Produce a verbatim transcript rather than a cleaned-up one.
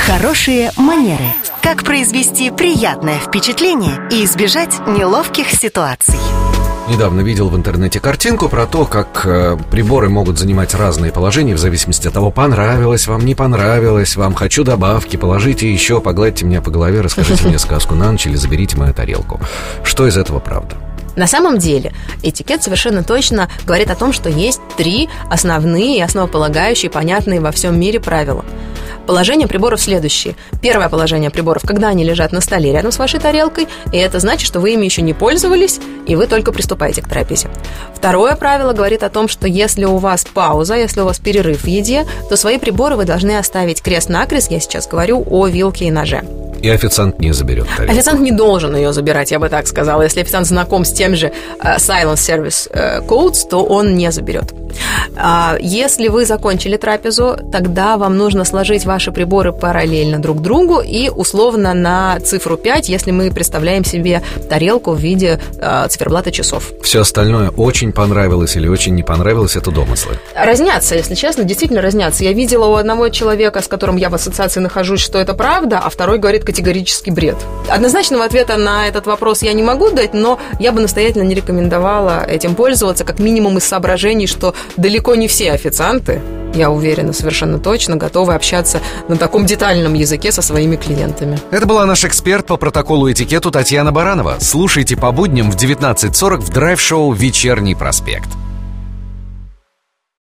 Хорошие манеры. Как произвести приятное впечатление и избежать неловких ситуаций. Недавно видел в интернете картинку про то, как э, приборы могут занимать разные положения в зависимости от того, понравилось вам, не понравилось вам, хочу добавки, положите еще, погладьте меня по голове, расскажите мне сказку на ночь или заберите мою тарелку. Что из этого правда? На самом деле, этикет совершенно точно говорит о том, что есть три основные и основополагающие, понятные во всем мире правила. Положение приборов следующие. Первое положение приборов, когда они лежат на столе рядом с вашей тарелкой, и это значит, что вы ими еще не пользовались, и вы только приступаете к трапезе. Второе правило говорит о том, что если у вас пауза, если у вас перерыв в еде, то свои приборы вы должны оставить крест-накрест, я сейчас говорю о вилке и ноже. И официант не заберет тарелку. Официант не должен ее забирать, я бы так сказала. Если официант знаком с тем же uh, Silent Service uh, Codes, то он не заберет. uh, Если вы закончили трапезу, тогда вам нужно сложить ваши приборы параллельно друг другу и условно на цифру пять, если мы представляем себе тарелку в виде uh, циферблата часов. Все остальное очень понравилось или очень не понравилось, это домыслы. Разнятся, если честно, действительно разнятся. Я видела у одного человека, с которым я в ассоциации нахожусь, что это правда, а второй говорит категорический бред. Однозначного ответа на этот вопрос я не могу дать, но я бы настоятельно не рекомендовала этим пользоваться, как минимум из соображений, что далеко не все официанты, я уверена, совершенно точно готовы общаться на таком детальном языке со своими клиентами. Это была наш эксперт по протоколу и этикету Татьяна Баранова. Слушайте по будням в девятнадцать сорок в драйв-шоу «Вечерний проспект».